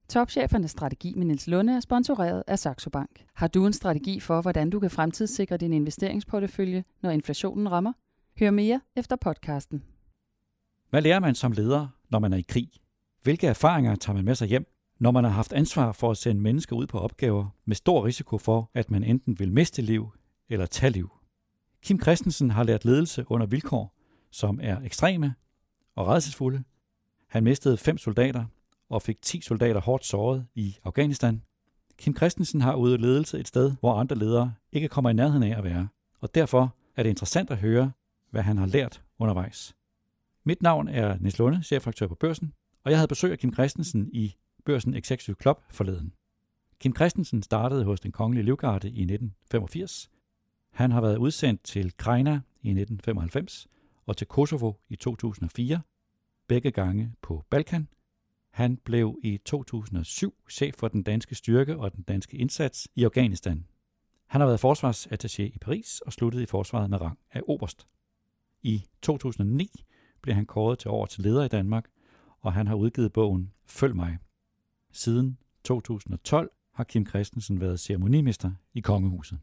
Topchefernes strategi med Niels Lunde er sponsoreret af Saxo Bank. Har du en strategi for, hvordan du kan fremtidssikre din investeringsportefølje, når inflationen rammer? Hør mere efter podcasten. Hvad lærer man som leder, når man er i krig? Hvilke erfaringer tager man med sig hjem, når man har haft ansvar for at sende mennesker ud på opgaver med stor risiko for, at man enten vil miste liv eller tage liv? Kim Christensen har lært ledelse under vilkår, som er ekstreme og rædselsfulde. Han mistede 5 soldater og fik 10 soldater hårdt såret i Afghanistan. Kim Christensen har udøvet ledelse et sted, hvor andre ledere ikke kommer i nærheden af at være, og derfor er det interessant at høre, hvad han har lært undervejs. Mit navn er Niels Lunde, chefredaktør på Børsen, og jeg havde besøg af Kim Christensen i Børsen Executive Club forleden. Kim Christensen startede hos den kongelige livgarde i 1985. Han har været udsendt til Krajina i 1995 og til Kosovo i 2004, begge gange på Balkan. Han blev i 2007 chef for den danske styrke og den danske indsats i Afghanistan. Han har været forsvarsattaché i Paris og sluttede i forsvaret med rang af oberst. I 2009 blev han kåret til årets leder i Danmark, og han har udgivet bogen Følg mig. Siden 2012 har Kim Christensen været ceremonimester i Kongehuset.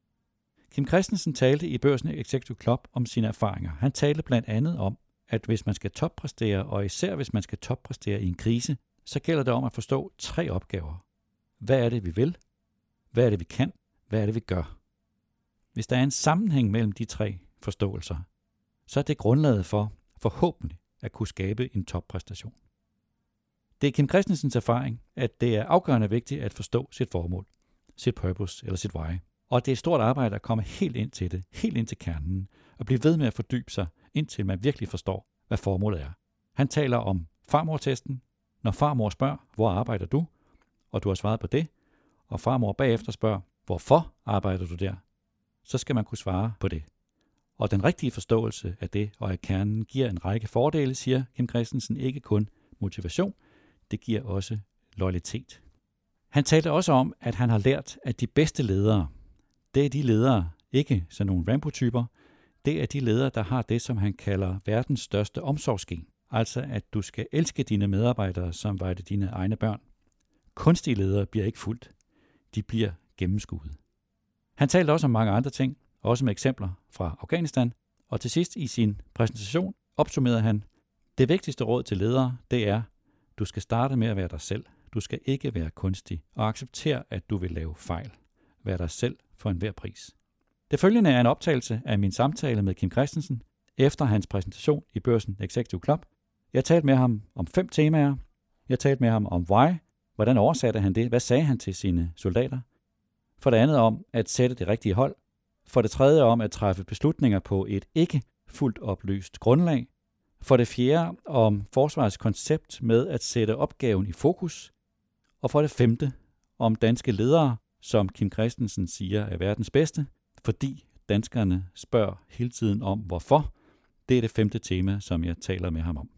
Kim Christensen talte i Børsen Executive Club om sine erfaringer. Han talte blandt andet om, at hvis man skal toppræstere, og især hvis man skal toppræstere i en krise, så gælder det om at forstå 3 opgaver. Hvad er det, vi vil? Hvad er det, vi kan? Hvad er det, vi gør? Hvis der er en sammenhæng mellem de 3 forståelser, så er det grundlaget for forhåbentlig at kunne skabe en toppræstation. Det er Kim Christensens erfaring, at det er afgørende vigtigt at forstå sit formål, sit purpose eller sit why. Og det er et stort arbejde at komme helt ind til det, helt ind til kernen, og blive ved med at fordybe sig, indtil man virkelig forstår, hvad formålet er. Han taler om farmor-testen. Når farmor spørger, hvor arbejder du? Og du har svaret på det, og farmor bagefter spørger, hvorfor arbejder du der? Så skal man kunne svare på det. Og den rigtige forståelse af det og af kernen giver en række fordele, siger Kim Christensen, ikke kun motivation, det giver også loyalitet. Han talte også om, at han har lært, at de bedste ledere, det er de ledere, ikke sådan nogle Rambo-typer, det er de ledere, der har det, som han kalder verdens største omsorgsgen. Altså, at du skal elske dine medarbejdere, som var det dine egne børn. Kunstige ledere bliver ikke fulgt. De bliver gennemskuet. Han talte også om mange andre ting, også med eksempler fra Afghanistan. Og til sidst i sin præsentation opsummerede han, det vigtigste råd til ledere, det er, du skal starte med at være dig selv. Du skal ikke være kunstig og acceptere, at du vil lave fejl. Vær dig selv for enhver pris. Det følgende er en optagelse af min samtale med Kim Christensen efter hans præsentation i Børsen Executive Club. Jeg talte med ham om 5 temaer. Jeg talte med ham om why. Hvordan oversatte han det? Hvad sagde han til sine soldater? For det andet om at sætte det rigtige hold. For det tredje om at træffe beslutninger på et ikke fuldt oplyst grundlag. For det fjerde om forsvarets koncept med at sætte opgaven i fokus. Og for det femte om danske ledere, som Kim Christensen siger er verdens bedste, fordi danskerne spørger hele tiden om hvorfor. Det er det 5. tema, som jeg taler med ham om.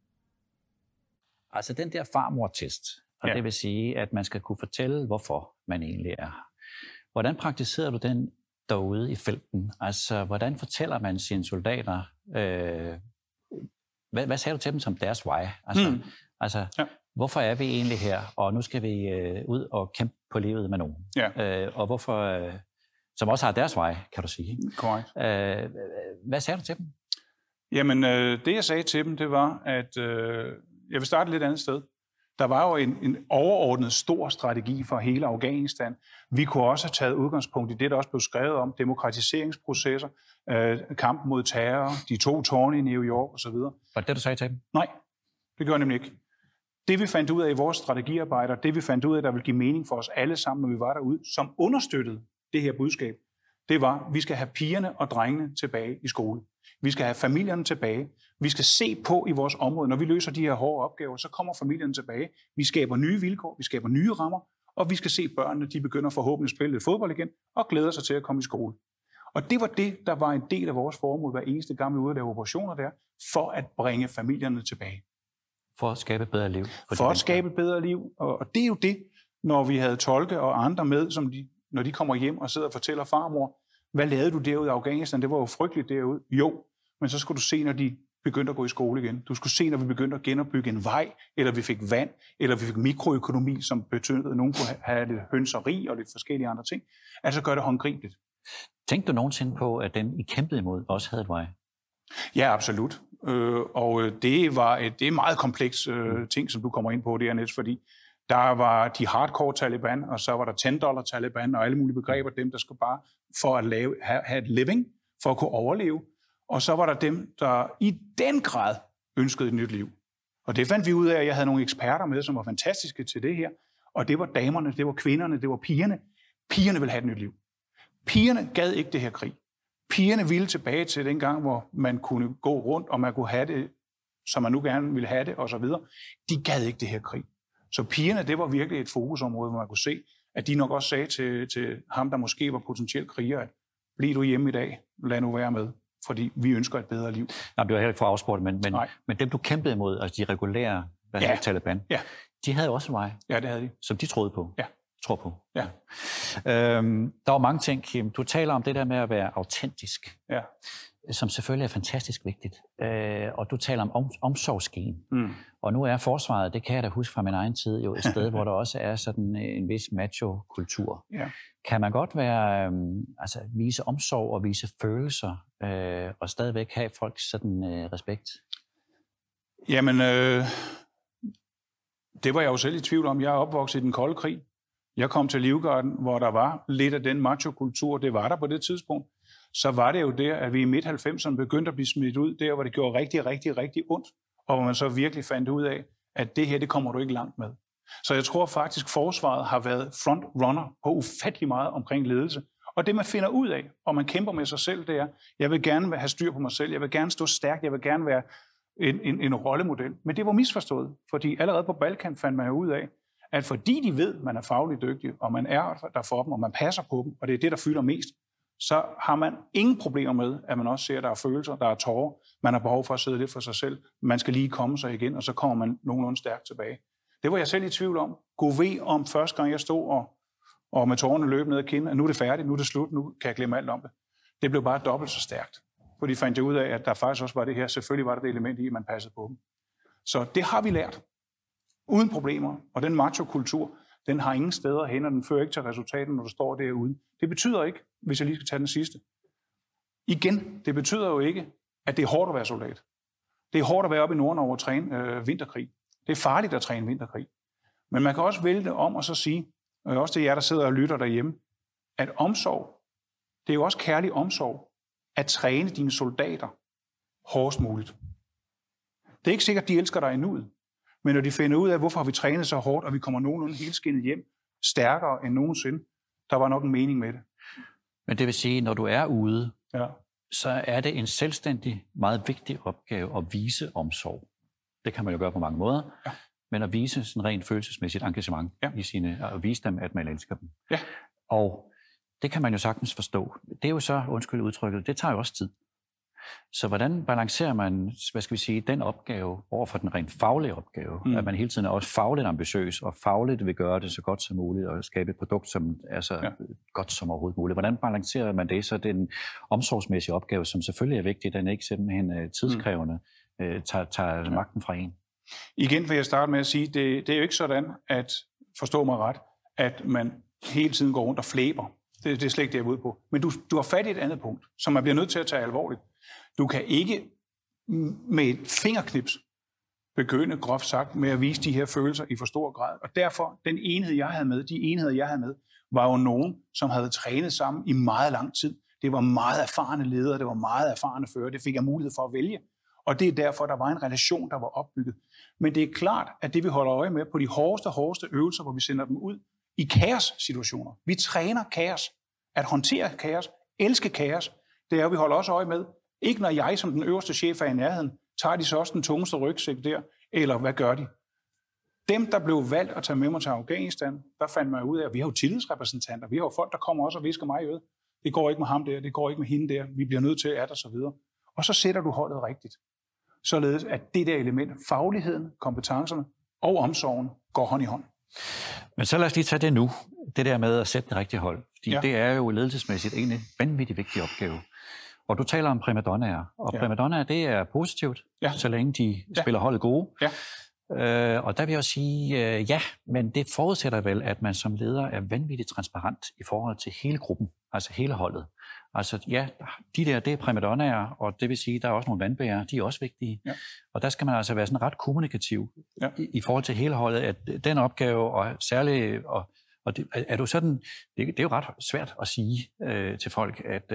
Altså den der farmor-test, og det vil sige, at man skal kunne fortælle, hvorfor man egentlig er her. Hvordan praktiserer du den derude i felten? Altså, hvordan fortæller man sine soldater, hvad sagde du til dem som deres why? Altså hvorfor er vi egentlig her, og nu skal vi ud og kæmpe på livet med nogen? Ja. Og hvorfor, som også har deres why, kan du sige. Korrekt. Hvad sagde du til dem? Jamen, det jeg sagde til dem, det var, at jeg vil starte et lidt andet sted. Der var jo en overordnet stor strategi for hele Afghanistan. Vi kunne også have taget udgangspunkt i det, der også blev skrevet om, demokratiseringsprocesser, kampen mod terror, de 2 tårne i New York osv. Var det du sagde til dem? Nej, det gjorde jeg nemlig ikke. Det vi fandt ud af i vores strategiarbejder, det vi fandt ud af, der ville give mening for os alle sammen, når vi var derude, som understøttede det her budskab, det var, at vi skal have pigerne og drengene tilbage i skole. Vi skal have familierne tilbage. Vi skal se på i vores område, når vi løser de her hårde opgaver, så kommer familierne tilbage. Vi skaber nye vilkår, vi skaber nye rammer, og vi skal se børnene, de begynder forhåbentlig at spille lidt fodbold igen, og glæder sig til at komme i skole. Og det var det, der var en del af vores formål hver eneste gang, vi ude at lave operationer der, for at bringe familierne tilbage. For at skabe et bedre liv. For at skabe et bedre liv. Og det er jo det, når vi havde tolke og andre med, som når de kommer hjem og sidder og fortæller farmor, hvad lavede du derude i Afghanistan? Det var jo frygteligt derude. Jo, men så skulle du se, når de begyndte at gå i skole igen. Du skulle se, når vi begyndte at genopbygge en vej, eller vi fik vand, eller vi fik mikroøkonomi, som betød, at nogen kunne have lidt hønseri og lidt forskellige andre ting. Altså gør det håndgribeligt. Tænkte du nogensinde på, at dem, I kæmpede imod, også havde et vej? Ja, absolut. Og det er meget kompleks ting, som du kommer ind på dernæst, fordi der var de hardcore Taliban, og så var der $10 Taliban, og alle mulige begreber, dem der skulle bare for at have et living, for at kunne overleve. Og så var der dem, der i den grad ønskede et nyt liv. Og det fandt vi ud af, at jeg havde nogle eksperter med, som var fantastiske til det her. Og det var damerne, det var kvinderne, det var pigerne. Pigerne ville have et nyt liv. Pigerne gad ikke det her krig. Pigerne ville tilbage til den gang, hvor man kunne gå rundt, og man kunne have det, som man nu gerne ville have det, osv. De gad ikke det her krig. Så pigerne, det var virkelig et fokusområde, hvor man kunne se, at de nok også sagde til ham, der måske var potentielt kriger, at bliv du hjemme i dag, lad nu være med, fordi vi ønsker et bedre liv. Nej, det var heller ikke for at afspore det, men dem, du kæmpede imod, altså de regulære Taliban, de havde også en vej, ja, det havde de. Som de troede på. Ja. Tror på. Ja. Der var mange ting, Kim. Du taler om det der med at være autentisk, som selvfølgelig er fantastisk vigtigt. Og du taler om omsorgsgen. Og nu er forsvaret, det kan jeg da huske fra min egen tid, jo et sted, hvor der også er sådan en vis macho-kultur. Ja. Kan man godt vise omsorg og vise følelser, og stadigvæk have folks sådan respekt? Jamen, det var jeg jo selv i tvivl om. Jeg er opvokset i den kolde krig. Jeg kom til Livgarden, hvor der var lidt af den macho-kultur, det var der på det tidspunkt. Så var det jo der, at vi i midt-90'erne begyndte at blive smidt ud, der hvor det gjorde rigtig, rigtig, rigtig ondt, og hvor man så virkelig fandt ud af, at det her, det kommer du ikke langt med. Så jeg tror faktisk, forsvaret har været frontrunner på ufattelig meget omkring ledelse. Og det, man finder ud af, og man kæmper med sig selv, det er, jeg vil gerne have styr på mig selv, jeg vil gerne stå stærkt, jeg vil gerne være en rollemodel. Men det var misforstået, fordi allerede på Balkan fandt man jo ud af, at fordi de ved, at man er fagligt dygtig, og man er der for dem, og man passer på dem, og det er det, der fylder mest, så har man ingen problemer med, at man også ser, at der er følelser, der er tårer, man har behov for at sidde lidt for sig selv, man skal lige komme sig igen, og så kommer man nogenlunde stærkt tilbage. Det var jeg selv i tvivl om. God ved om første gang jeg stod og med tårerne løb ned ad kinden, at nu er det færdigt, nu er det slut, nu kan jeg glemme alt om det. Det blev bare dobbelt så stærkt, fordi fandt jeg ud af, at der faktisk også var det her, selvfølgelig var der det element i, at man passede på dem. Så det har vi lært. Uden problemer. Og den macho-kultur, den har ingen steder hen, og den fører ikke til resultaten, når du står derude. Det betyder ikke, hvis jeg lige skal tage den sidste. Igen, det betyder jo ikke, at det er hårdt at være soldat. Det er hårdt at være oppe i Norden og træne vinterkrig. Det er farligt at træne vinterkrig. Men man kan også vælge det om og så sige, og også det jer, der sidder og lytter derhjemme, at omsorg, det er jo også kærlig omsorg, at træne dine soldater hårdest muligt. Det er ikke sikkert, at de elsker dig i nuet. Men når de finder ud af, hvorfor har vi trænet så hårdt, og vi kommer nogenlunde helskindet hjem, stærkere end nogensinde, der var nok en mening med det. Men det vil sige, når du er ude, så er det en selvstændig, meget vigtig opgave at vise omsorg. Det kan man jo gøre på mange måder, men at vise sådan rent følelsesmæssigt engagement i sine, og vise dem, at man elsker dem. Ja. Og det kan man jo sagtens forstå. Det er jo så, undskyld udtrykket, det tager jo også tid. Så hvordan balancerer man, den opgave over for den rent faglige opgave? At man hele tiden er også fagligt ambitiøs, og fagligt vil gøre det så godt som muligt, og skabe et produkt, som er så godt som overhovedet muligt. Hvordan balancerer man det? Så den omsorgsmæssige opgave, som selvfølgelig er vigtig, den er ikke simpelthen tidskrævende, tager magten fra en. Igen vil jeg starte med at sige, det er jo ikke sådan, at, forstå mig ret, at man hele tiden går rundt og flæber. Det er slet ikke det, jeg er ude på. Men du har fat i et andet punkt, som man bliver nødt til at tage alvorligt. Du kan ikke med et fingerknips begynde, groft sagt, med at vise de her følelser i for stor grad. Og derfor, de enheder, jeg havde med, var jo nogen, som havde trænet sammen i meget lang tid. Det var meget erfarne ledere, det var meget erfarne førere. Det fik jeg mulighed for at vælge. Og det er derfor, der var en relation, der var opbygget. Men det er klart, at det vi holder øje med på de hårdeste øvelser, hvor vi sender dem ud, i kaos-situationer. Vi træner kaos. At håndtere kaos, elske kaos, det er jo, vi holder også øje med. Ikke når jeg som den øverste chef er i nærheden, tager de så også den tungeste rygsæk der, eller hvad gør de? Dem, der blev valgt at tage med mig til Afghanistan, der fandt man ud af, at vi har jo tillidsrepræsentanter. Vi har jo folk, der kommer også og visker mig i øret. Det går ikke med ham der, det går ikke med hende der. Vi bliver nødt til at og så videre. Og så sætter du holdet rigtigt. Således at det der element, fagligheden, kompetencerne og omsorgen, går hånd i hånd. Men så lad os lige tage det nu. Det der med at sætte det rigtige hold. Fordi det er jo ledelsesmæssigt en vanvittig vigtig opgave. Og du taler om primadonnaer, og primadonnaer, det er positivt, så længe de spiller holdet gode. Ja. Og der vil jeg også sige, ja, men det forudsætter vel, at man som leder er vanvittigt transparent i forhold til hele gruppen, altså hele holdet. Altså ja, det er primadonnaer, og det vil sige, der er også nogle vandbærere, de er også vigtige. Ja. Og der skal man altså være sådan ret kommunikativ i forhold til hele holdet, at den opgave, og særligt, og det, er du sådan, det er jo ret svært at sige til folk, at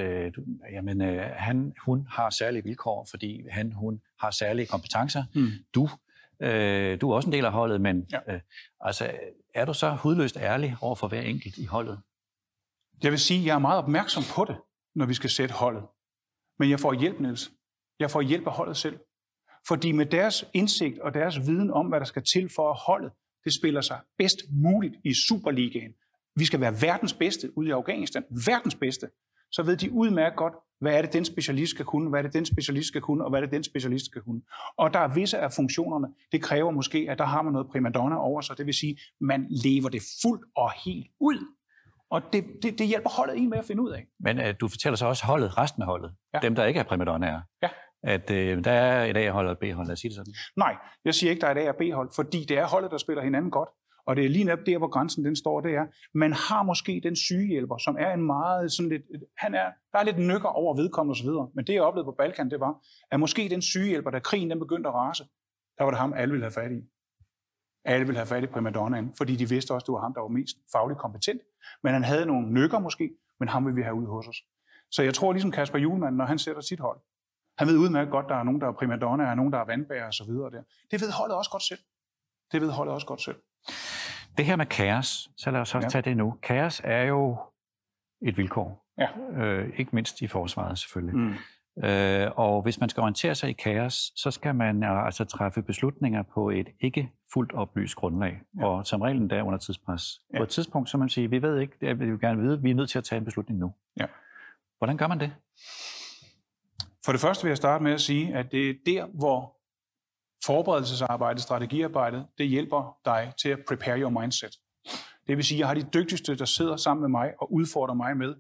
hun har særlige vilkår, fordi hun har særlige kompetencer. Du er også en del af holdet, men altså, er du så hudløst ærlig over for hver enkelt i holdet? Jeg vil sige, at jeg er meget opmærksom på det, når vi skal sætte holdet. Men jeg får hjælp, Niels. Jeg får hjælp af holdet selv. Fordi med deres indsigt og deres viden om, hvad der skal til for at holdet, det spiller sig bedst muligt i Superligaen. Vi skal være verdens bedste ude i Afghanistan. Verdens bedste. Så ved de udmærket godt, hvad er det, den specialist skal kunne, hvad er det, den specialist skal kunne, og hvad er det, den specialist skal kunne. Og der er visse af funktionerne, det kræver måske, at der har man noget primadonna over sig. Det vil sige, man lever det fuldt og helt ud. Og det hjælper holdet en med at finde ud af. Men du fortæller så også holdet, resten af holdet, dem der ikke er primadonnaer, at der er et A-hold og et B-hold, lad os sige det sådan. Nej, jeg siger ikke, der er et A- og B-hold, fordi det er holdet, der spiller hinanden godt. Og det er lige netop der, hvor grænsen den står, det er, man har måske den sygehjælper, som er en meget sådan lidt, der er lidt nykker over vedkommende osv. Men det, jeg oplevede på Balkan, det var, at måske den sygehjælper, da krigen den begyndte at rase, der var det ham, alle ville have fat i. Alle ville have fat i primadonnaen, fordi de vidste også, at det var ham, der var mest fagligt kompetent. Men han havde nogle nykker måske, men ham vil vi have ud hos os. Så jeg tror ligesom Kasper Hjulmand, når han sætter sit hold, han ved udmærket godt, der er nogen, der er primadonnaer, og nogen, der er vandbærer og så videre der. Det ved holdet også godt selv. Det her med kaos, så lad os også tage det nu. Kaos er jo et vilkår. Ja. Ikke mindst i forsvaret selvfølgelig. Og hvis man skal orientere sig i kaos, så skal man altså træffe beslutninger på et ikke fuldt oplyst grundlag. Ja. Og som regel der under tidspres. Ja. På et tidspunkt, så man siger, vi ved ikke, det vil vi gerne vide, vi er nødt til at tage en beslutning nu. Ja. Hvordan gør man det? For det første vil jeg starte med at sige, at det er der, hvor forberedelsesarbejdet, strategiarbejdet, det hjælper dig til at prepare your mindset. Det vil sige, at jeg har de dygtigste, der sidder sammen med mig og udfordrer mig med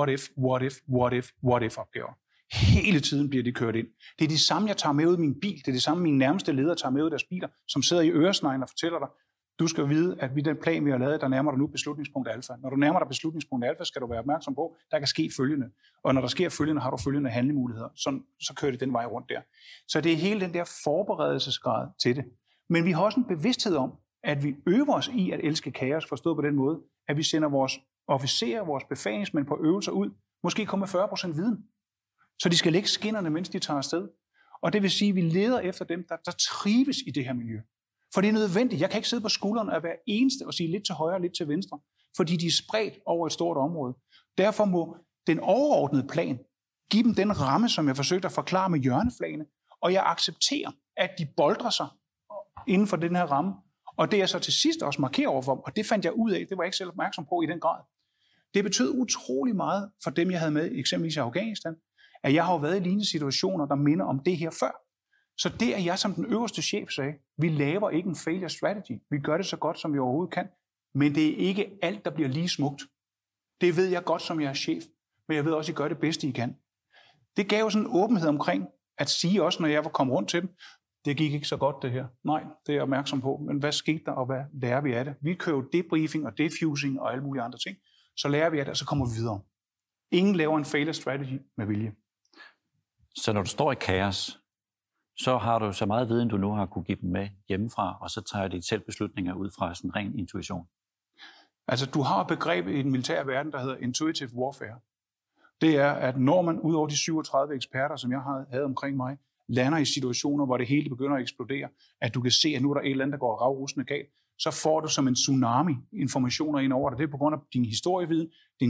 what if opgaver. Hele tiden bliver de kørt ind. Det er de samme, jeg tager med ud i min bil. Det er det samme, mine nærmeste ledere tager med ud i deres biler, som sidder i øresneglen og fortæller dig, du skal vide, at ved den plan, vi har lavet, der nærmer dig nu beslutningspunkt alfa. Når du nærmer dig beslutningspunkt alfa, skal du være opmærksom på, der kan ske følgende. Og når der sker følgende, har du følgende handlemuligheder. Så kører det den vej rundt der. Så det er hele den der forberedelsesgrad til det. Men vi har også en bevidsthed om, at vi øver os i at elske kaos, forstået på den måde, at vi sender vores officerer, vores befalingsmænd på øvelser ud, måske kun med 40% viden. Så de skal lægge skinnerne, mens de tager afsted. Og det vil sige, at vi leder efter dem, der trives i det her miljø. For det er nødvendigt. Jeg kan ikke sidde på skulderen og være eneste og sige lidt til højre og lidt til venstre, fordi de er spredt over et stort område. Derfor må den overordnede plan give dem den ramme, som jeg forsøgte at forklare med hjørneflagene, og jeg accepterer, at de boldrer sig inden for den her ramme. Og det jeg så til sidst også markerer overfor dem, og det fandt jeg ud af, det var jeg ikke selv opmærksom på i den grad. Det betød utrolig meget for dem, jeg havde med, eksempelvis i Afghanistan, at jeg har jo været i lignende situationer, der minder om det her før. Så det er jeg som den øverste chef sagde, vi laver ikke en failure strategy. Vi gør det så godt, som vi overhovedet kan, men det er ikke alt, der bliver lige smukt. Det ved jeg godt, som jeg er chef, men jeg ved også, at I gør det bedste, I kan. Det gav jo sådan en åbenhed omkring at sige også, når jeg var kommet rundt til dem, det gik ikke så godt det her. Nej, det er jeg opmærksom på, men hvad skete der, og hvad lærer vi af det? Vi kører debriefing og defusing og alle mulige andre ting. Så lærer vi af det, og så kommer vi videre. Ingen laver en failure strategy med vilje. Så når du står i kaos, så har du så meget viden, du nu har kunne give dem med hjemmefra, og så tager de selv beslutninger ud fra sådan ren intuition. Altså, du har et begreb i den militære verden, der hedder intuitive warfare. Det er, at når man ud over de 37 eksperter, som jeg havde omkring mig, lander i situationer, hvor det hele begynder at eksplodere, at du kan se, at nu er der et eller andet, der går ravrusende galt, så får du som en tsunami informationer ind over dig. Det er på grund af din historieviden, din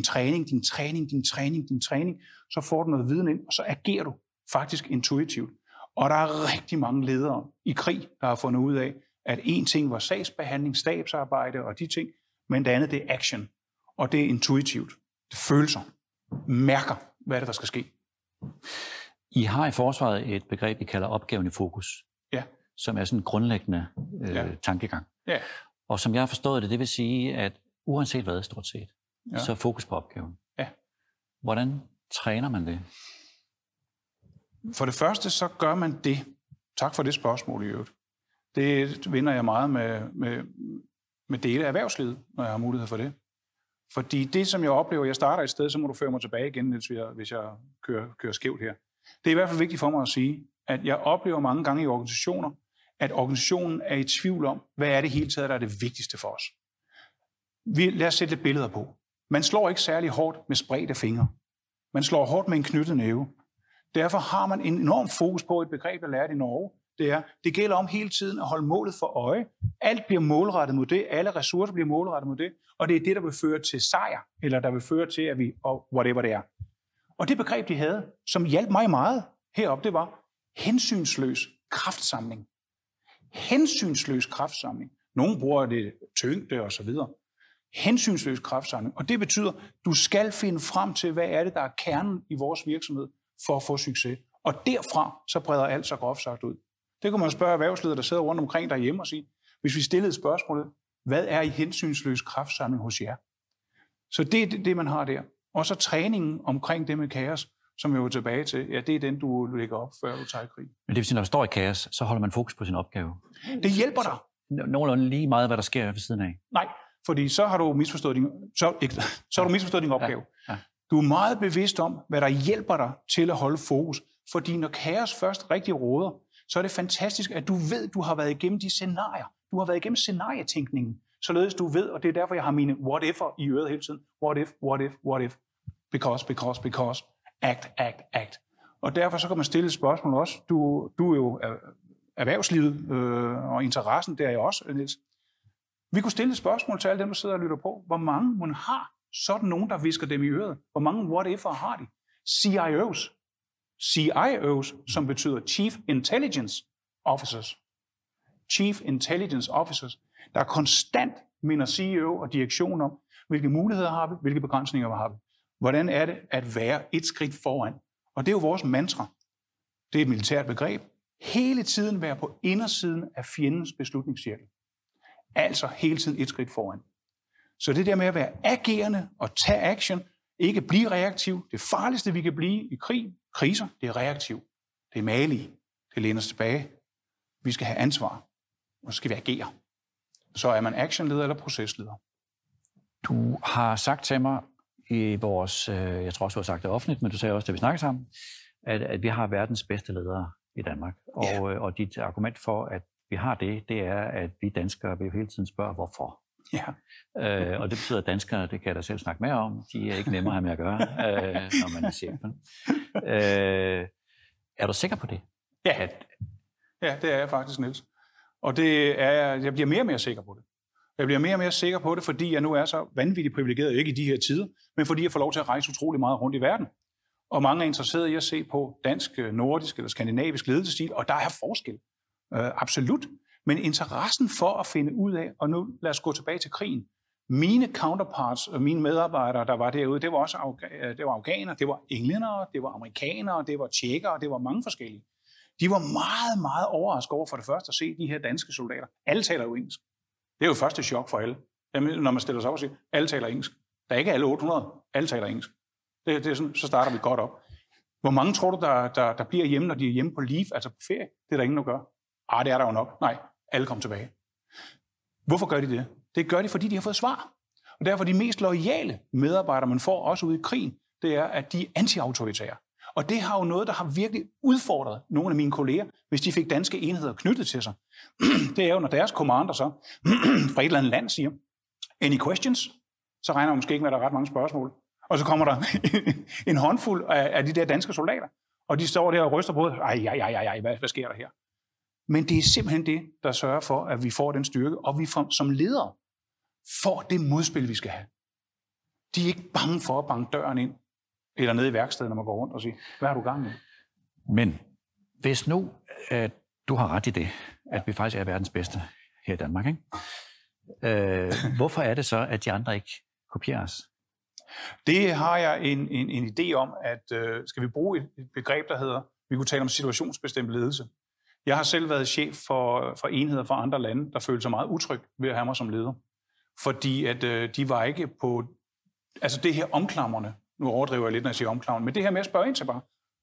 træning, så får du noget viden ind, og så agerer du faktisk intuitivt. Og der er rigtig mange ledere i krig, der har fundet ud af, at en ting var sagsbehandling, stabsarbejde og de ting, men det andet det er action, og det er intuitivt. Det følelser, mærker, hvad er det, der skal ske. I har i forsvaret et begreb, I kalder opgaven i fokus, som er sådan en grundlæggende tankegang. Ja. Og som jeg har forstået det, det vil sige, at uanset hvad, stort set, så er fokus på opgaven. Ja. Hvordan træner man det? For det første, så gør man det. Tak for det spørgsmål i øvrigt. Det vinder jeg meget med dele af erhvervslivet, når jeg har mulighed for det. Fordi det, som jeg oplever, jeg starter et sted, så må du føre mig tilbage igen, hvis jeg kører skævt her. Det er i hvert fald vigtigt for mig at sige, at jeg oplever mange gange i organisationer, at organisationen er i tvivl om, hvad er det hele taget, der er det vigtigste for os. Lad os sætte lidt billeder på. Man slår ikke særlig hårdt med spredte fingre. Man slår hårdt med en knyttet næve. Derfor har man en enorm fokus på et begreb, jeg lærte i Norge. Det gælder om hele tiden at holde målet for øje. Alt bliver målrettet mod det. Alle ressourcer bliver målrettet mod det. Og det er det, der vil føre til sejr, eller der vil føre til, at vi, og whatever det er. Og det begreb, de havde, som hjalp mig meget heroppe, det var hensynsløs kraftsamling. Hensynsløs kraftsamling. Nogle bruger det tyngde og så videre. Hensynsløs kraftsamling. Og det betyder, du skal finde frem til, hvad er det, der er kernen i vores virksomhed for at få succes. Og derfra så breder alt sig groft sagt ud. Det kunne man spørge erhvervsledere, der sidder rundt omkring derhjemme og sige, hvis vi stillede spørgsmålet, hvad er i hensynsløs kraftsamling hos jer? Så det er det, man har der. Og så træningen omkring det med kaos, som jeg er tilbage til, ja, det er den, du lægger op, før du tager i krig. Men det vil sige, når du står i kaos, så holder man fokus på sin opgave. Det hjælper dig. Nogenlunde lige meget, hvad der sker ved siden af. Nej, fordi så har du misforstået din opgave. Ja. Du er meget bevidst om, hvad der hjælper dig til at holde fokus. Fordi når kaos først rigtig råder, så er det fantastisk, at du ved, du har været igennem de scenarier. Du har været igennem scenarietænkningen, således du ved, og det er derfor, jeg har mine what-if'er i øret hele tiden. What if, what if, what if. Because. Act. Og derfor så kan man stille et spørgsmål også. Du er jo erhvervslivet og interessen, det er jeg også, Niels. Vi kunne stille et spørgsmål til alle dem, der sidder og lytter på. Hvor mange man har sådan nogen, der visker dem i øret? Hvor mange what-if'er har de? CIOs, som betyder Chief Intelligence Officers. Chief Intelligence Officers, der konstant minder CEO og direktion om, hvilke muligheder har vi, hvilke begrænsninger har vi. Hvordan er det at være et skridt foran? Og det er jo vores mantra. Det er et militært begreb. Hele tiden være på indersiden af fjendens beslutningscirkel. Altså hele tiden et skridt foran. Så det der med at være agerende og tage action, ikke blive reaktiv. Det farligste, vi kan blive i kriser, det er reaktiv. Det er malige. Det læner os tilbage. Vi skal have ansvar, og så skal vi agere. Så er man actionleder eller procesleder. Du har sagt til mig i vores, jeg tror også, du har sagt det offentligt, men du sagde også, da vi snakkede sammen, at vi har verdens bedste ledere i Danmark. Og dit argument for, at vi har det er, at vi danskere vil hele tiden spørge, hvorfor. Ja. Og det betyder, at danskere, det kan jeg da selv snakke mere om, de er ikke nemmere at have med at gøre, når man er chefen. Er du sikker på det? Ja. Ja, det er jeg faktisk, Niels. Og det er jeg bliver mere og mere sikker på det. Jeg bliver mere og mere sikker på det, fordi jeg nu er så vanvittigt privilegeret, ikke i de her tider, men fordi jeg får lov til at rejse utrolig meget rundt i verden. Og mange er interesserede i at se på dansk, nordisk eller skandinavisk ledelsesstil, og der er forskel. Absolut. Men interessen for at finde ud af, og nu lad os gå tilbage til krigen. Mine counterparts og mine medarbejdere, der var derude, det var også afghanere, det var englændere, det var amerikanere, det var tjekkere, det var mange forskellige. De var meget, meget overrasket over for det første at se de her danske soldater. Alle taler jo engelsk. Det er jo første chok for alle. Jamen, når man stiller sig op og siger, alle taler engelsk. Der er ikke alle 800, alle taler engelsk. Det er sådan, så starter vi godt op. Hvor mange tror du, der bliver hjemme, når de er hjemme på leave, altså på ferie? Det er der ingen, der gør. Det er der jo nok. Nej, alle kommer tilbage. Hvorfor gør de det? Det gør de, fordi de har fået svar. Og derfor de mest loyale medarbejdere, man får også ude i krigen, det er, at de er anti-autoritære. Og det har jo noget, der har virkelig udfordret nogle af mine kolleger, hvis de fik danske enheder knyttet til sig. Det er jo, når deres commander så fra et eller andet land siger, any questions? Så regner man måske ikke med, at der er ret mange spørgsmål. Og så kommer der en håndfuld af de der danske soldater, og de står der og ryster på hovedet. Hvad sker der her? Men det er simpelthen det, der sørger for, at vi får den styrke, og vi som ledere får det modspil, vi skal have. De er ikke bange for at banke døren ind, eller nede i værkstedet, når man går rundt og siger, hvad har du gang med? Men hvis nu du har ret i det, at vi faktisk er verdens bedste her i Danmark, ikke? Hvorfor er det så, at de andre ikke kopierer os? Det har jeg en idé om, at skal vi bruge et begreb, der hedder, vi kunne tale om situationsbestemt ledelse. Jeg har selv været chef for enheder fra andre lande, der følte sig meget utryg ved at have mig som leder. Fordi at de var ikke på, altså det her omklamrende, nu overdriver jeg lidt, når jeg siger omklamrende, men det her med at spørge ind til bare,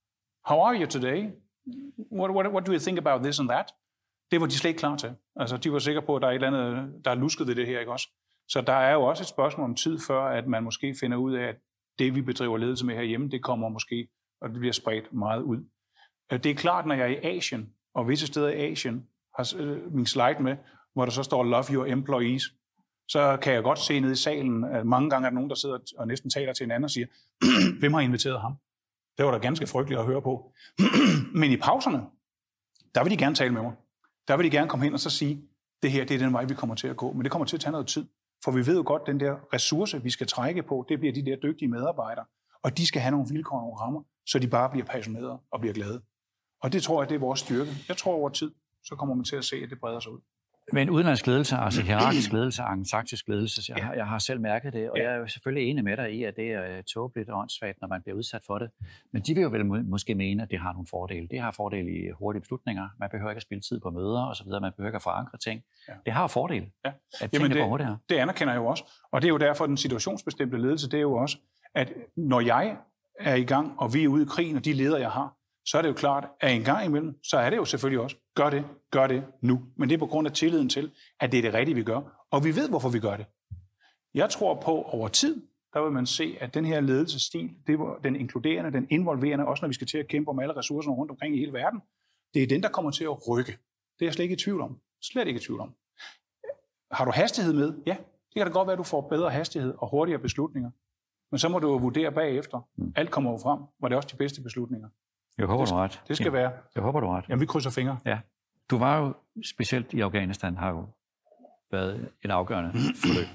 How are you today? What do you think about this and that? Det var de slet ikke klar til. Altså, de var sikre på, at der er et eller andet, der er lusket ved det her, ikke også? Så der er jo også et spørgsmål om tid, før at man måske finder ud af, at det, vi bedriver ledelse med herhjemme, det kommer måske, og det bliver spredt meget ud. Det er klart, når jeg er i Asien, og visse steder i Asien, har min slide med, hvor der så står love your employees, så kan jeg godt se ned i salen, at mange gange er der nogen, der sidder og næsten taler til hinanden og siger, hvem har inviteret ham? Det var da ganske frygteligt at høre på. Men i pauserne, der vil de gerne tale med mig. Der vil de gerne komme hen og så sige, det her, det er den vej, vi kommer til at gå. Men det kommer til at tage noget tid. For vi ved jo godt, at den der ressource, vi skal trække på, det bliver de der dygtige medarbejdere. Og de skal have nogle vilkår og nogle rammer, så de bare bliver passionerede og bliver glade. Og det tror jeg, det er vores styrke. Jeg tror over tid, så kommer man til at se, at det breder sig ud. Men udenlandsk ledelse, altså hierarkisk ledelse, angelsaktisk ledelse, jeg har selv mærket det, og jeg er jo selvfølgelig enig med dig i, at det er tåbeligt og åndssvagt, når man bliver udsat for det. Men de vil jo vel måske mene, at det har nogle fordele. Det har fordele i hurtige beslutninger. Man behøver ikke at spille tid på møder osv. Man behøver ikke at forankre ting. Ja. Det har jo fordele, at tingene går hurtigere. Det anerkender jeg jo også. Og det er jo derfor, den situationsbestemte ledelse, det er jo også, at når jeg er i gang, og vi er ude i krigen, og de ledere, jeg har, så er det jo klart, at en gang imellem, så er det jo selvfølgelig også, gør det nu. Men det er på grund af tilliden til, at det er det rigtige, vi gør. Og vi ved, hvorfor vi gør det. Jeg tror på, over tid, der vil man se, at den her ledelsesstil, det var den inkluderende, den involverende, også når vi skal til at kæmpe om alle ressourcerne rundt omkring i hele verden, det er den, der kommer til at rykke. Det er jeg slet ikke i tvivl om. Slet ikke i tvivl om. Har du hastighed med? Ja, det kan da godt være, at du får bedre hastighed og hurtigere beslutninger. Men så må du jo vurdere bagefter. Alt kommer jo frem. Var det også de bedste beslutninger? Jeg håber, du har ret. Det skal være. Jeg håber, du har ret. Jamen, vi krydser fingre. Ja. Du var jo specielt i Afghanistan, har jo været et afgørende forløb.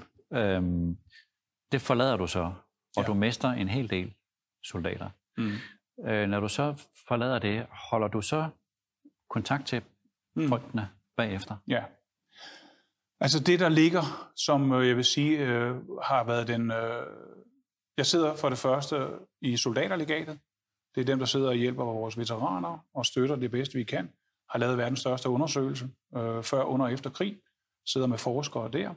Det forlader du så, og du mister en hel del soldater. Når du så forlader det, holder du så kontakt til folkene bagefter? Ja. Altså det, der ligger, som jeg vil sige, har været den... Jeg sidder for det første i soldaterlegatet. Det er dem, der sidder og hjælper vores veteraner og støtter det bedste, vi kan. Har lavet verdens største undersøgelse før, under og efter krig. Sidder med forskere der.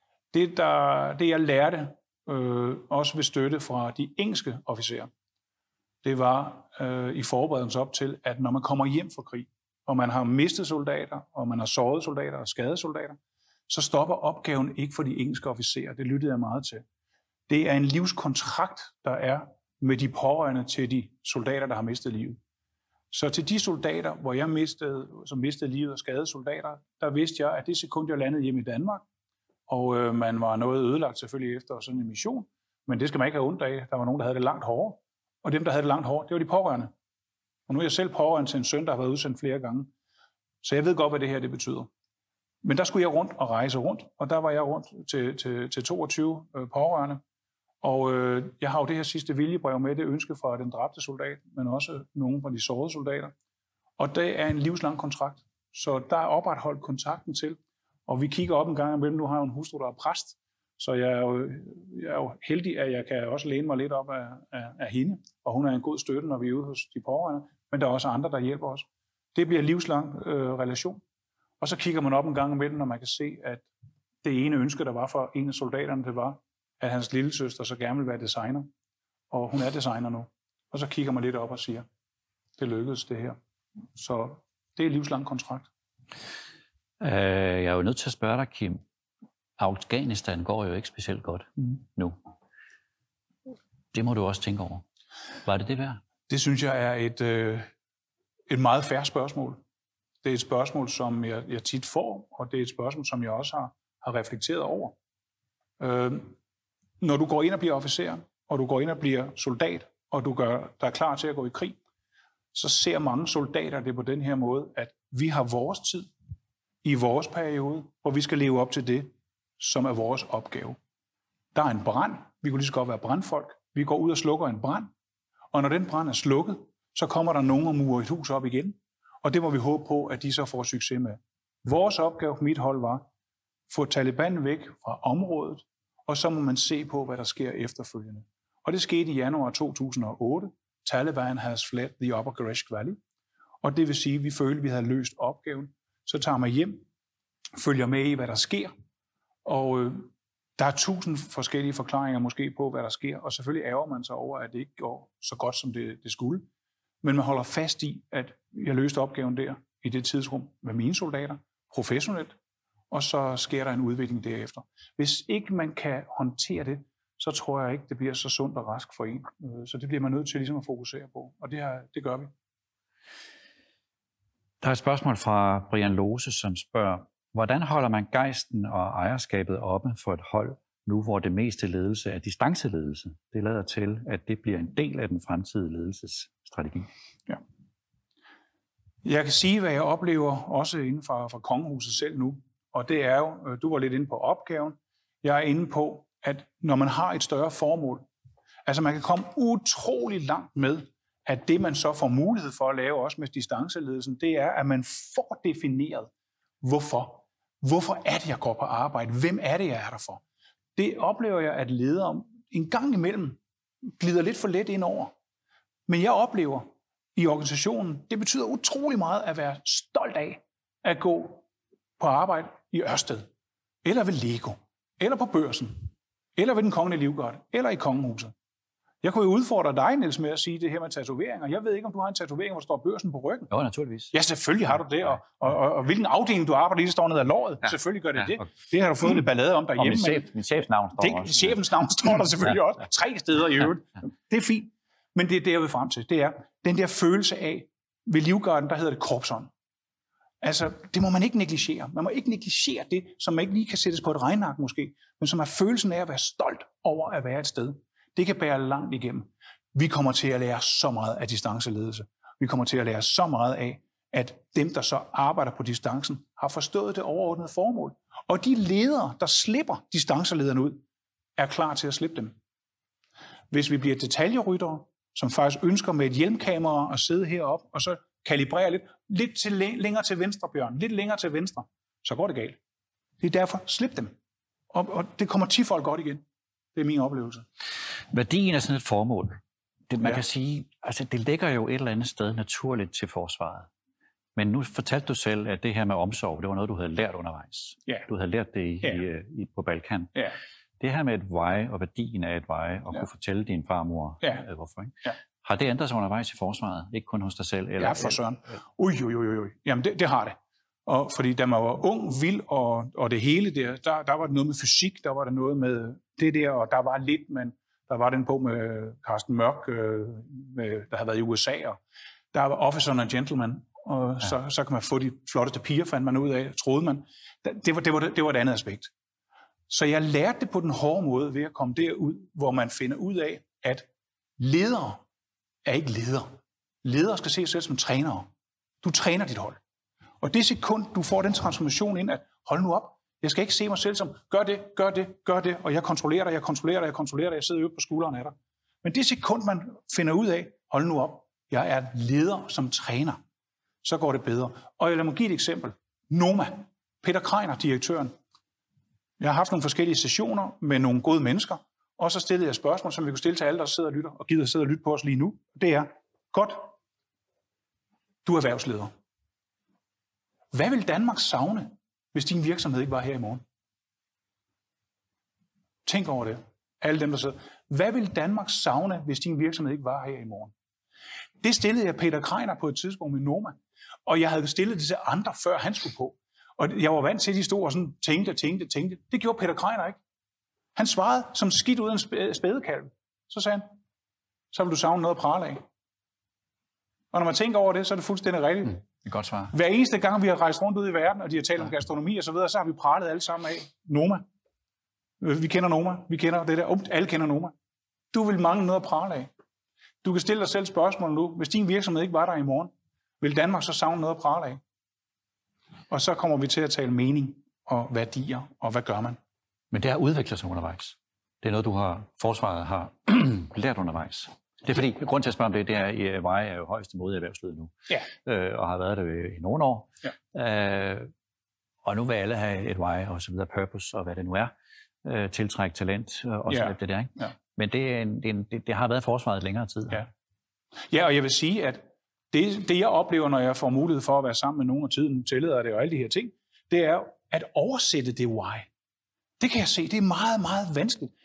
Det jeg lærte, også ved støtte fra de engelske officerer, det var i forberedelse op til, at når man kommer hjem fra krig, og man har mistet soldater, og man har såret soldater og skadet soldater, så stopper opgaven ikke for de engelske officerer. Det lyttede jeg meget til. Det er en livskontrakt, der er med de pårørende til de soldater, der har mistet livet. Så til de soldater, hvor jeg mistede livet og skadede soldater, der vidste jeg, at det sekund, jeg landede hjemme i Danmark, og man var noget ødelagt selvfølgelig efter sådan en mission, men det skal man ikke have ondt af. Der var nogen, der havde det langt hårdere, og dem, der havde det langt hårdere, det var de pårørende. Og nu er jeg selv pårørende til en søn, der har været udsendt flere gange, så jeg ved godt, hvad det her det betyder. Men der skulle jeg rundt og rejse rundt, og der var jeg rundt til 22 pårørende. Og jeg har jo det her sidste viljebrev med, det ønske fra den dræbte soldat, men også nogle fra de sårede soldater. Og det er en livslang kontrakt, så der er opretholdt kontakten til. Og vi kigger op en gang imellem, nu har jeg en hustru, der er præst, så jeg er jo heldig, at jeg kan også læne mig lidt op af hende, og hun er en god støtte, når vi er ude hos de pårørende, men der er også andre, der hjælper os. Det bliver en livslang relation. Og så kigger man op en gang imellem, når man kan se, at det ene ønske, der var for en af soldaterne, det var, at hans lille søster så gerne vil være designer. Og hun er designer nu. Og så kigger man lidt op og siger, det lykkedes det her. Så det er en livslang kontrakt. Jeg er jo nødt til at spørge dig, Kim. Afghanistan går jo ikke specielt godt nu. Det må du også tænke over. Var det værd? Det synes jeg er et meget fair spørgsmål. Det er et spørgsmål, som jeg tit får, og det er et spørgsmål, som jeg også har reflekteret over. Når du går ind og bliver officer, og du går ind og bliver soldat, og du gør dig klar til at gå i krig, så ser mange soldater det på den her måde, at vi har vores tid i vores periode, hvor vi skal leve op til det, som er vores opgave. Der er en brand. Vi kunne lige så godt være brandfolk. Vi går ud og slukker en brand, og når den brand er slukket, så kommer der nogen og murer et hus op igen, og det må vi håbe på, at de så får succes med. Vores opgave på mit hold var at få Taliban væk fra området, og så må man se på, hvad der sker efterfølgende. Og det skete i januar 2008. Taliban has fled the Upper Gereshk Valley. Og det vil sige, at vi følte, at vi havde løst opgaven. Så tager man hjem, følger med i, hvad der sker. Og der er 1000 forskellige forklaringer måske på, hvad der sker. Og selvfølgelig ærger man sig over, at det ikke går så godt, som det skulle. men man holder fast i, at jeg løste opgaven der i det tidsrum med mine soldater, professionelt, og så sker der en udvikling derefter. Hvis ikke man kan håndtere det, så tror jeg ikke, det bliver så sundt og rask for en. Så det bliver man nødt til ligesom at fokusere på, og det gør vi. Der er et spørgsmål fra Brian Lose, som spørger, hvordan holder man gejsten og ejerskabet oppe for et hold, nu hvor det meste ledelse er distanceledelse? Det lader til, at det bliver en del af den fremtidige ledelsesstrategi. Ja. Jeg kan sige, hvad jeg oplever også inden for kongehuset selv nu, og det er jo, du var lidt inde på opgaven, jeg er inde på, at når man har et større formål, altså man kan komme utrolig langt med, at det man så får mulighed for at lave også med distanceledelsen, det er, at man får defineret, hvorfor. Hvorfor er det, jeg går på arbejde? Hvem er det, jeg er der for? Det oplever jeg, at ledere en gang imellem glider lidt for let ind over. Men jeg oplever i organisationen, det betyder utrolig meget at være stolt af at gå på arbejde i Ørsted, eller ved Lego, eller på Børsen, eller ved den kongelige livgarde, eller i kongehuset. Jeg kunne jo udfordre dig, Niels, med at sige det her med tatoveringer. Jeg ved ikke, om du har en tatovering, hvor der står Børsen på ryggen. Jo, naturligvis. Ja, selvfølgelig har du det, og hvilken afdeling du arbejder i, det står ned ad låret. Ja. Selvfølgelig gør det det. Det har du fået lidt ballade om derhjemme. Og min chefs navn står også. Chefens navn står der selvfølgelig også. 3 steder i øvrigt. Det er fint. Men det er det, jeg vil frem til. Det er den der følelse af, ved Livgarden, der hedder det korpsånd. Altså, det må man ikke negligere. Man må ikke negligere det, som man ikke lige kan sættes på et regneark måske, men som er følelsen af at være stolt over at være et sted. Det kan bære langt igennem. Vi kommer til at lære så meget af distanceledelse. Vi kommer til at lære så meget af, at dem, der så arbejder på distancen, har forstået det overordnede formål. Og de ledere, der slipper distancelederne ud, er klar til at slippe dem. Hvis vi bliver detaljeryttere, som faktisk ønsker med et hjelmkamera at sidde heroppe, og så kalibrere lidt længere til venstre, Bjørn, lidt længere til venstre, så går det galt. Det er derfor, slip dem. Og det kommer 10 folk godt igen. Det er min oplevelse. Værdien af sådan et formål, man kan sige, altså det ligger jo et eller andet sted naturligt til forsvaret. Men nu fortalte du selv, at det her med omsorg, det var noget, du havde lært undervejs. Ja. Du havde lært det på Balkan. Ja. Det her med et why og værdien af et why, og kunne fortælle din farmor, hvorfor. Ikke? Ja. Har det ændret sig undervejs i forsvaret? Ikke kun hos dig selv? Eller, ja, for søren. Ui. Jamen, det har det. Og fordi da man var ung, vild og det hele der var det noget med fysik, der var det noget med det der, og der var lidt, men der var den bog med Carsten Mørk, der havde været i USA, og der var Officer and a Gentleman, og så kan man få de flotteste piger, fandt man ud af, troede man. Det var et andet aspekt. Så jeg lærte det på den hårde måde ved at komme derud, hvor man finder ud af, at ledere er ikke ledere. Ledere skal se sig selv som trænere. Du træner dit hold. Og det sekund, du får den transformation ind, at hold nu op, jeg skal ikke se mig selv som, gør det, og jeg kontrollerer dig, jeg sidder jo på skulderen af dig. Men det sekund, man finder ud af, hold nu op, jeg er leder som træner, så går det bedre. Og lad mig give et eksempel. Noma, Peter Kreiner, direktøren. Jeg har haft nogle forskellige sessioner med nogle gode mennesker, og så stillede jeg spørgsmål, som vi kunne stille til alle, der sidder og lytter, og gider sidde og lytte på os lige nu. Det er, godt, du er erhvervsleder. Hvad vil Danmark savne, hvis din virksomhed ikke var her i morgen? Tænk over det. Alle dem, der sidder. Hvad vil Danmark savne, hvis din virksomhed ikke var her i morgen? Det stillede jeg Peter Kreiner på et tidspunkt med Noma. Og jeg havde stillet det til andre, før han skulle på. Og jeg var vant til, at de stod og sådan tænkte. Det gjorde Peter Kreiner ikke. Han svarede som skidt ud af en spædekalv. Så sagde han, så vil du savne noget at prale af. Og når man tænker over det, så er det fuldstændig rigtigt. Det er godt svar. Hver eneste gang, vi har rejst rundt ud i verden, og de har talt om gastronomi og så videre, så har vi pralet alle sammen af Noma. Vi kender Noma. Vi kender det der. Alle kender Noma. Du vil mangle noget at prale af. Du kan stille dig selv spørgsmål nu. Hvis din virksomhed ikke var der i morgen, vil Danmark så savne noget at prale af? Og så kommer vi til at tale mening og værdier, og hvad gør man? Men det har udviklet sig undervejs. Det er noget, forsvaret har lært undervejs. Det er fordi, grund til at spørge om det er, at VEJ er jo højeste mod i erhvervslivet nu. Ja. Og har været det i nogle år. Ja. Og nu vil alle have et VEJ og så videre, purpose og hvad det nu er. Tiltrække talent og så det der, ikke? Ja. Men det har været forsvaret længere tid. Ja, og jeg vil sige, at det jeg oplever, når jeg får mulighed for at være sammen med nogen, og tiden tillader det og alle de her ting, det er at oversætte det why. Det kan jeg se, det er meget, meget vanskeligt.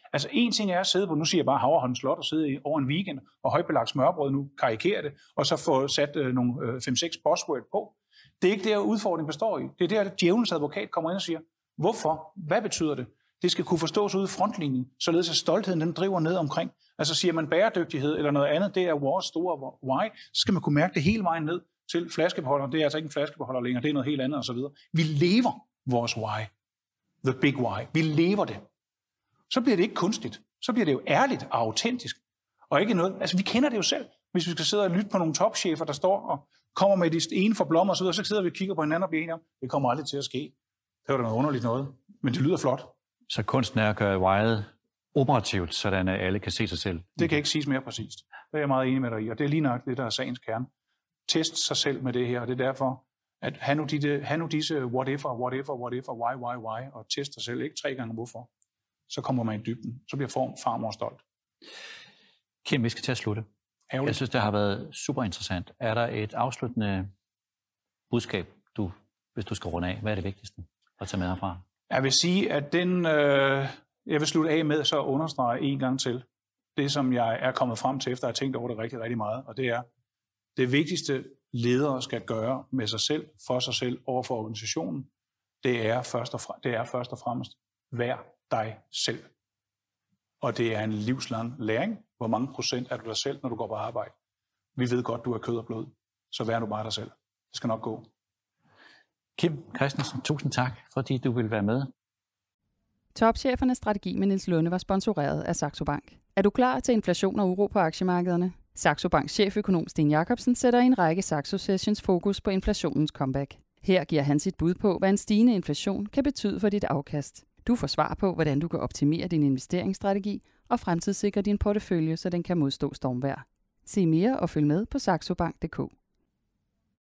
Altså en ting er at sidde på, nu siger jeg bare Havreholm Slot og sidde over en weekend og højbelagt smørbrød, nu karikerer det, og så få sat nogle 5-6 buzzword på. Det er ikke der, udfordringen består i. Det er der, djævelens advokat kommer ind og siger, hvorfor? Hvad betyder det? Det skal kunne forstås ude i frontlinjen, således at stoltheden den driver ned omkring. Altså siger man bæredygtighed eller noget andet, det er vores store why, så skal man kunne mærke det hele vejen ned til flaskebeholderen. Det er altså ikke en flaskebeholder længere, det er noget helt andet osv. Vi lever vores why. The big why. Vi lever det. Så bliver det ikke kunstigt. Så bliver det jo ærligt og autentisk. Og ikke noget, altså vi kender det jo selv. Hvis vi skal sidde og lytte på nogle topchefer, der står og kommer med det ene for blommer og så videre, så sidder vi og kigger på hinanden og bliver enige om, det kommer aldrig til at ske. Det var da noget underligt noget, men det lyder flot. Så kunsten er at gøre why'et operativt, sådan at alle kan se sig selv? Det kan ikke siges mere præcist. Det er jeg meget enig med dig i, og det er lige nok det, der er sagens kerne. Test sig selv med det her, og det er derfor, at have nu disse whatever, why, og test dig selv, ikke 3 gange hvorfor. Så kommer man i dybden. Så bliver farmor stolt. Kim, vi skal til at slutte. Jeg synes, det har været super interessant. Er der et afsluttende budskab, hvis du skal runde af? Hvad er det vigtigste at tage med herfra? Jeg vil sige, at jeg vil slutte af med så at understrege en gang til det, som jeg er kommet frem til, efter at have tænkt over det rigtig, rigtig meget. Og det er, det vigtigste ledere skal gøre med sig selv, for sig selv, over for organisationen, det er først og fremmest, vær dig selv. Og det er en livslang læring. Hvor mange procent er du dig selv, når du går på arbejde? Vi ved godt, du er kød og blod. Så vær nu bare dig selv. Det skal nok gå. Kim Christensen, tusind tak, fordi du ville være med. Topchefernes strategi med Niels Lunde var sponsoreret af Saxo Bank. Er du klar til inflation og uro på aktiemarkederne? Saxo Banks cheføkonom Sten Jacobsen sætter i en række Saxo Sessions fokus på inflationens comeback. Her giver han sit bud på, hvad en stigende inflation kan betyde for dit afkast. Du får svar på, hvordan du kan optimere din investeringsstrategi og fremtidssikre din portefølje, så den kan modstå stormvejr. Se mere og følg med på saxobank.dk.